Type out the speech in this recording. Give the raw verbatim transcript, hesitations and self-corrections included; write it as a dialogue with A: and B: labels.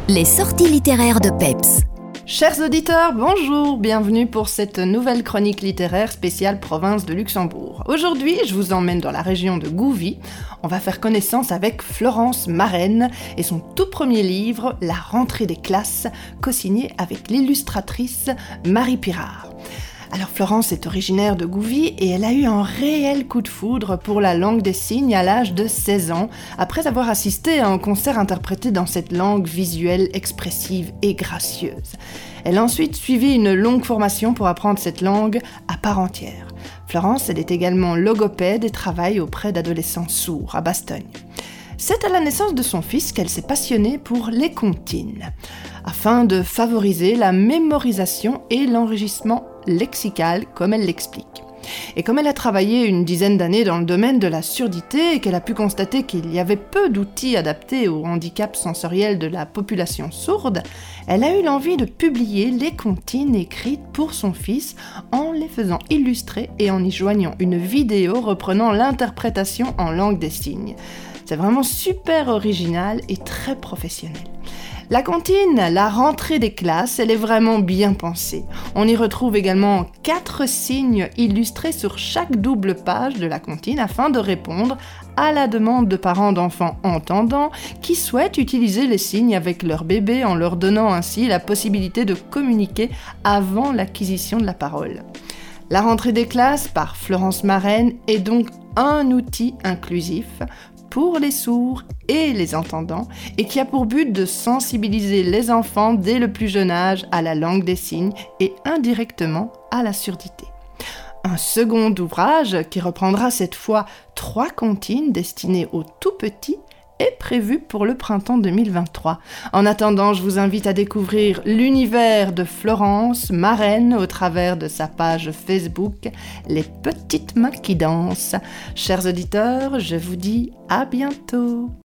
A: Les sorties littéraires de Peps.
B: Chers auditeurs, bonjour, bienvenue pour cette nouvelle chronique littéraire spéciale province de Luxembourg. Aujourd'hui, je vous emmène dans la région de Gouvy. On va faire connaissance avec Florence Marraine et son tout premier livre, La rentrée des classes, co-signé avec l'illustratrice Marie Pirard. Alors Florence est originaire de Gouvy et elle a eu un réel coup de foudre pour la langue des signes à l'âge de seize ans, après avoir assisté à un concert interprété dans cette langue visuelle, expressive et gracieuse. Elle a ensuite suivi une longue formation pour apprendre cette langue à part entière. Florence, elle est également logopède et travaille auprès d'adolescents sourds à Bastogne. C'est à la naissance de son fils qu'elle s'est passionnée pour les comptines, afin de favoriser la mémorisation et l'enrichissement lexical, comme elle l'explique. Et comme elle a travaillé une dizaine d'années dans le domaine de la surdité et qu'elle a pu constater qu'il y avait peu d'outils adaptés au handicap sensoriel de la population sourde, elle a eu l'envie de publier les comptines écrites pour son fils en les faisant illustrer et en y joignant une vidéo reprenant l'interprétation en langue des signes. C'est vraiment super original et très professionnel. La comptine, la rentrée des classes, elle est vraiment bien pensée. On y retrouve également quatre signes illustrés sur chaque double page de la comptine afin de répondre à la demande de parents d'enfants entendants qui souhaitent utiliser les signes avec leur bébé en leur donnant ainsi la possibilité de communiquer avant l'acquisition de la parole. La rentrée des classes par Florence Marraine est donc un outil inclusif pour les sourds et les entendants et qui a pour but de sensibiliser les enfants dès le plus jeune âge à la langue des signes et indirectement à la surdité. Un second ouvrage qui reprendra cette fois trois comptines destinées aux tout petits est prévu pour le printemps deux mille vingt-trois. En attendant, je vous invite à découvrir l'univers de Florence Marraine au travers de sa page Facebook « Les petites mains qui dansent ». Chers auditeurs, je vous dis à bientôt.